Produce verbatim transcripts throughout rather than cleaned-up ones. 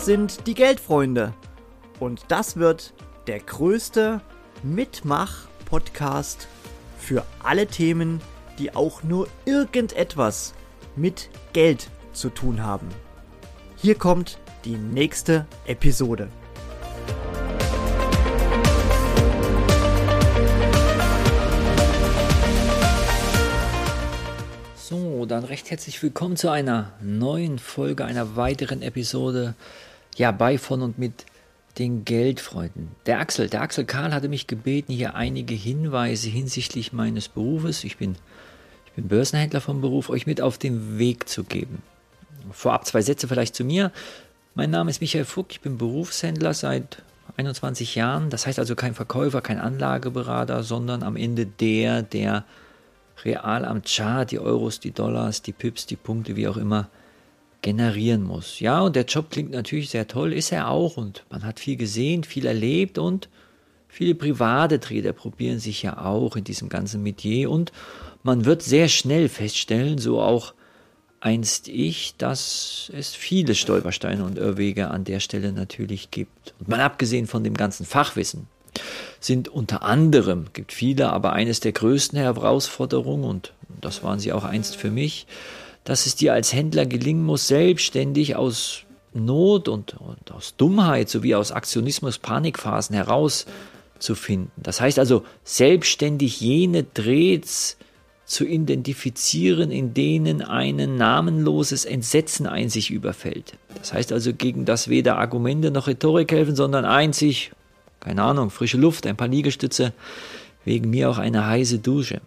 sind die Geldfreunde und das wird der größte Mitmach-Podcast für alle Themen, die auch nur irgendetwas mit Geld zu tun haben. Hier kommt die nächste Episode. So, dann recht herzlich willkommen zu einer neuen Folge, einer weiteren Episode, ja, bei, von und mit den Geldfreunden. Der Axel, der Axel Karl hatte mich gebeten, hier einige Hinweise hinsichtlich meines Berufes, ich bin, ich bin Börsenhändler vom Beruf, euch mit auf den Weg zu geben. Vorab zwei Sätze vielleicht zu mir. Mein Name ist Michael Fuck, ich bin Berufshändler seit einundzwanzig Jahren, das heißt also kein Verkäufer, kein Anlageberater, sondern am Ende der, der real am Chart die Euros, die Dollars, die Pips, die Punkte, wie auch immer, generieren muss. Ja, und der Job klingt natürlich sehr toll, ist er auch, und man hat viel gesehen, viel erlebt, und viele private Trader probieren sich ja auch in diesem ganzen Metier, und man wird sehr schnell feststellen, so auch einst ich, dass es viele Stolpersteine und Irrwege an der Stelle natürlich gibt. Und mal abgesehen von dem ganzen Fachwissen sind unter anderem, gibt viele, aber eines der größten Herausforderungen, und das waren sie auch einst für mich, dass es dir als Händler gelingen muss, selbstständig aus Not und, und aus Dummheit sowie aus Aktionismus, Panikphasen herauszufinden. Das heißt also, selbstständig jene Trades zu identifizieren, in denen ein namenloses Entsetzen ein sich überfällt. Das heißt also, gegen das weder Argumente noch Rhetorik helfen, sondern einzig, keine Ahnung, frische Luft, ein paar Liegestütze, wegen mir auch eine heiße Dusche.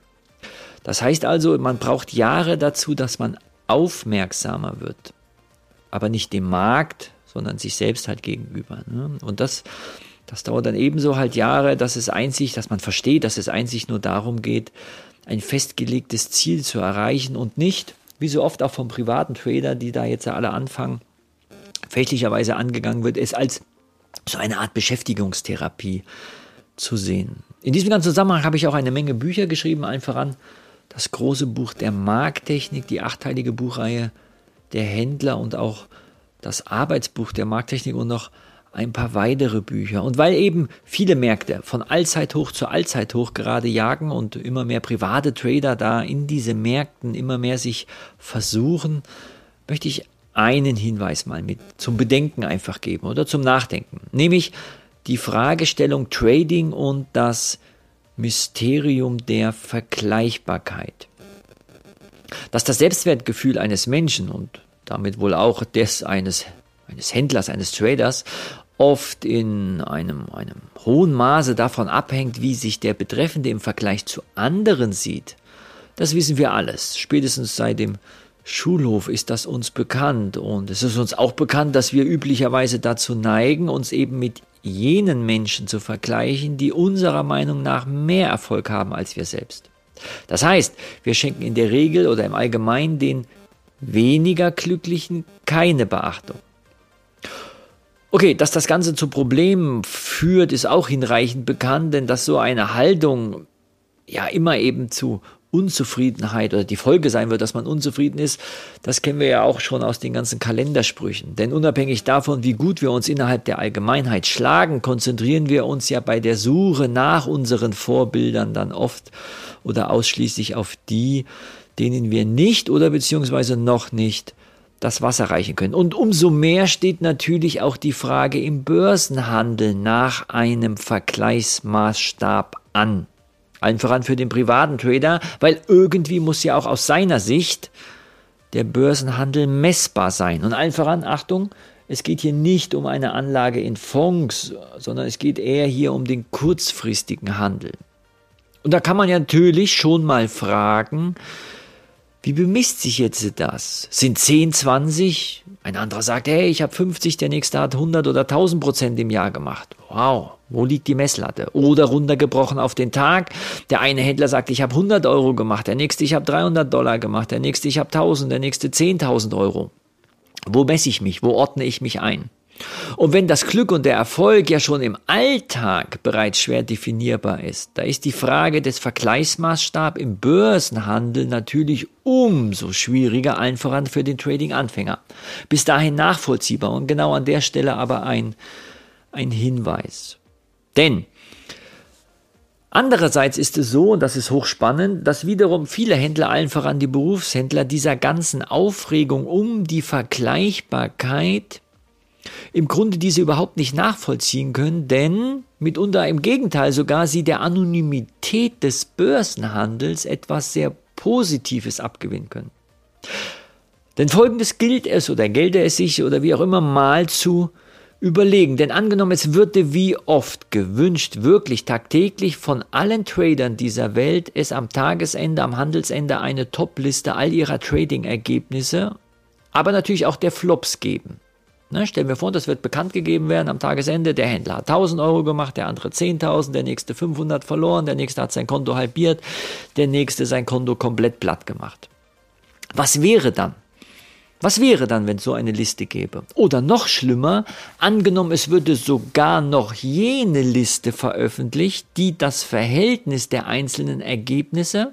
Das heißt also, man braucht Jahre dazu, dass man aufmerksamer wird, aber nicht dem Markt, sondern sich selbst halt gegenüber. Ne? Und das, das dauert dann ebenso halt Jahre, dass es einzig, dass man versteht, dass es einzig nur darum geht, ein festgelegtes Ziel zu erreichen und nicht, wie so oft auch vom privaten Trader, die da jetzt alle anfangen, fälschlicherweise angegangen wird, es als so eine Art Beschäftigungstherapie zu sehen. In diesem ganzen Zusammenhang habe ich auch eine Menge Bücher geschrieben, allen voran das große Buch der Markttechnik, die achteilige Buchreihe der Händler und auch das Arbeitsbuch der Markttechnik und noch ein paar weitere Bücher. Und weil eben viele Märkte von Allzeithoch zu Allzeithoch gerade jagen und immer mehr private Trader da in diese Märkten immer mehr sich versuchen, möchte ich einen Hinweis mal mit zum Bedenken einfach geben oder zum Nachdenken. Nämlich die Fragestellung Trading und das Mysterium der Vergleichbarkeit. Dass das Selbstwertgefühl eines Menschen und damit wohl auch des eines eines Händlers, eines Traders, oft in einem, einem hohen Maße davon abhängt, wie sich der Betreffende im Vergleich zu anderen sieht. Das wissen wir alles. Spätestens seit dem Schulhof ist das uns bekannt. Und es ist uns auch bekannt, dass wir üblicherweise dazu neigen, uns eben mit jenen Menschen zu vergleichen, die unserer Meinung nach mehr Erfolg haben als wir selbst. Das heißt, wir schenken in der Regel oder im Allgemeinen den weniger Glücklichen keine Beachtung. Okay, dass das Ganze zu Problemen führt, ist auch hinreichend bekannt, denn dass so eine Haltung ja immer eben zu Unzufriedenheit oder die Folge sein wird, dass man unzufrieden ist, das kennen wir ja auch schon aus den ganzen Kalendersprüchen. Denn unabhängig davon, wie gut wir uns innerhalb der Allgemeinheit schlagen, konzentrieren wir uns ja bei der Suche nach unseren Vorbildern dann oft oder ausschließlich auf die, denen wir nicht oder beziehungsweise noch nicht das Wasser reichen können. Und umso mehr steht natürlich auch die Frage im Börsenhandel nach einem Vergleichsmaßstab an. Allen voran für den privaten Trader, weil irgendwie muss ja auch aus seiner Sicht der Börsenhandel messbar sein. Und allen voran, Achtung, es geht hier nicht um eine Anlage in Fonds, sondern es geht eher hier um den kurzfristigen Handel. Und da kann man ja natürlich schon mal fragen, wie bemisst sich jetzt das? Sind zehn, zwanzig? Ein anderer sagt, hey, ich habe fünfzig, der nächste hat hundert oder tausend Prozent im Jahr gemacht. Wow, wo liegt die Messlatte? Oder runtergebrochen auf den Tag. Der eine Händler sagt, ich habe hundert Euro gemacht, der nächste, ich habe dreihundert Dollar gemacht, der nächste, ich habe tausend, der nächste zehntausend Euro. Wo messe ich mich? Wo ordne ich mich ein? Und wenn das Glück und der Erfolg ja schon im Alltag bereits schwer definierbar ist, da ist die Frage des Vergleichsmaßstabs im Börsenhandel natürlich umso schwieriger, allen voran für den Trading-Anfänger. Bis dahin nachvollziehbar und genau an der Stelle aber ein, ein Hinweis. Denn andererseits ist es so, und das ist hochspannend, dass wiederum viele Händler, allen voran die Berufshändler, dieser ganzen Aufregung um die Vergleichbarkeit im Grunde diese überhaupt nicht nachvollziehen können, denn mitunter im Gegenteil sogar sie der Anonymität des Börsenhandels etwas sehr Positives abgewinnen können. Denn Folgendes gilt es oder gelte es sich oder wie auch immer mal zu überlegen. Denn angenommen, es würde wie oft gewünscht, wirklich tagtäglich von allen Tradern dieser Welt es am Tagesende, am Handelsende eine Top-Liste all ihrer Trading-Ergebnisse, aber natürlich auch der Flops geben. Ne, stellen wir vor, das wird bekannt gegeben werden am Tagesende, der Händler hat tausend Euro gemacht, der andere zehntausend, der nächste fünfhundert verloren, der nächste hat sein Konto halbiert, der nächste sein Konto komplett platt gemacht. Was wäre dann? Was wäre dann, wenn es so eine Liste gäbe? Oder noch schlimmer, angenommen, es würde sogar noch jene Liste veröffentlicht, die das Verhältnis der einzelnen Ergebnisse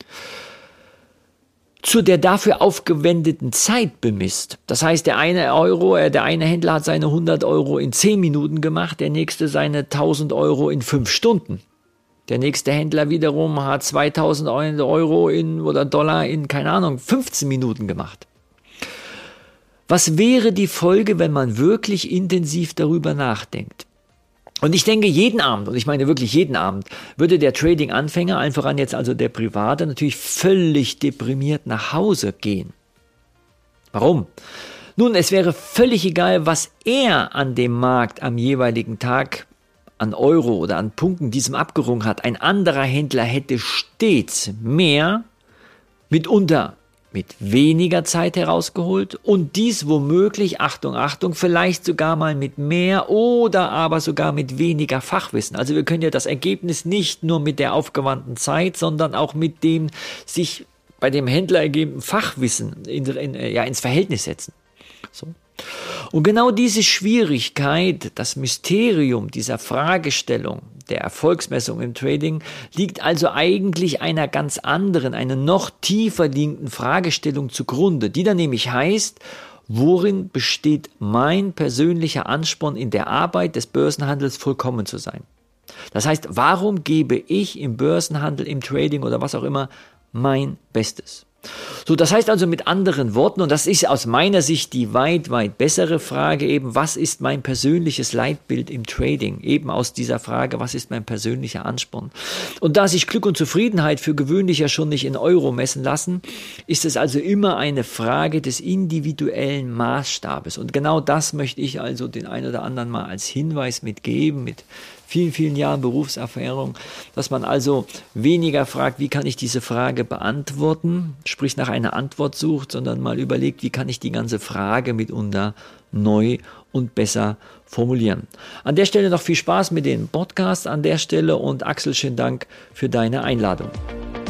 zu der dafür aufgewendeten Zeit bemisst. Das heißt, der eine Euro, äh, der eine Händler hat seine hundert Euro in zehn Minuten gemacht, der nächste seine tausend Euro in fünf Stunden. Der nächste Händler wiederum hat zweitausend Euro in, oder Dollar in, keine Ahnung, fünfzehn Minuten gemacht. Was wäre die Folge, wenn man wirklich intensiv darüber nachdenkt? Und ich denke, jeden Abend, und ich meine wirklich jeden Abend, würde der Trading-Anfänger, allen voran jetzt also der Private, natürlich völlig deprimiert nach Hause gehen. Warum? Nun, es wäre völlig egal, was er an dem Markt am jeweiligen Tag an Euro oder an Punkten diesem abgerungen hat. Ein anderer Händler hätte stets mehr, mitunter mit weniger Zeit herausgeholt und dies womöglich, Achtung, Achtung, vielleicht sogar mal mit mehr oder aber sogar mit weniger Fachwissen. Also wir können ja das Ergebnis nicht nur mit der aufgewandten Zeit, sondern auch mit dem sich bei dem Händler ergebenden Fachwissen in, in, ja, ins Verhältnis setzen. So. Und genau diese Schwierigkeit, das Mysterium dieser Fragestellung der Erfolgsmessung im Trading liegt also eigentlich einer ganz anderen, einer noch tiefer liegenden Fragestellung zugrunde, die dann nämlich heißt, worin besteht mein persönlicher Ansporn in der Arbeit des Börsenhandels vollkommen zu sein? Das heißt, warum gebe ich im Börsenhandel, im Trading oder was auch immer mein Bestes? So, das heißt also mit anderen Worten, und das ist aus meiner Sicht die weit, weit bessere Frage eben, was ist mein persönliches Leitbild im Trading? Eben aus dieser Frage, was ist mein persönlicher Ansporn? Und da sich Glück und Zufriedenheit für gewöhnlich ja schon nicht in Euro messen lassen, ist es also immer eine Frage des individuellen Maßstabes. Und genau das möchte ich also den einen oder anderen mal als Hinweis mitgeben, mit vielen, vielen Jahren Berufserfahrung, dass man also weniger fragt, wie kann ich diese Frage beantworten, sprich nach einer Antwort sucht, sondern mal überlegt, wie kann ich die ganze Frage mitunter neu und besser formulieren. An der Stelle noch viel Spaß mit dem Podcast an der Stelle und Axel, schönen Dank für deine Einladung.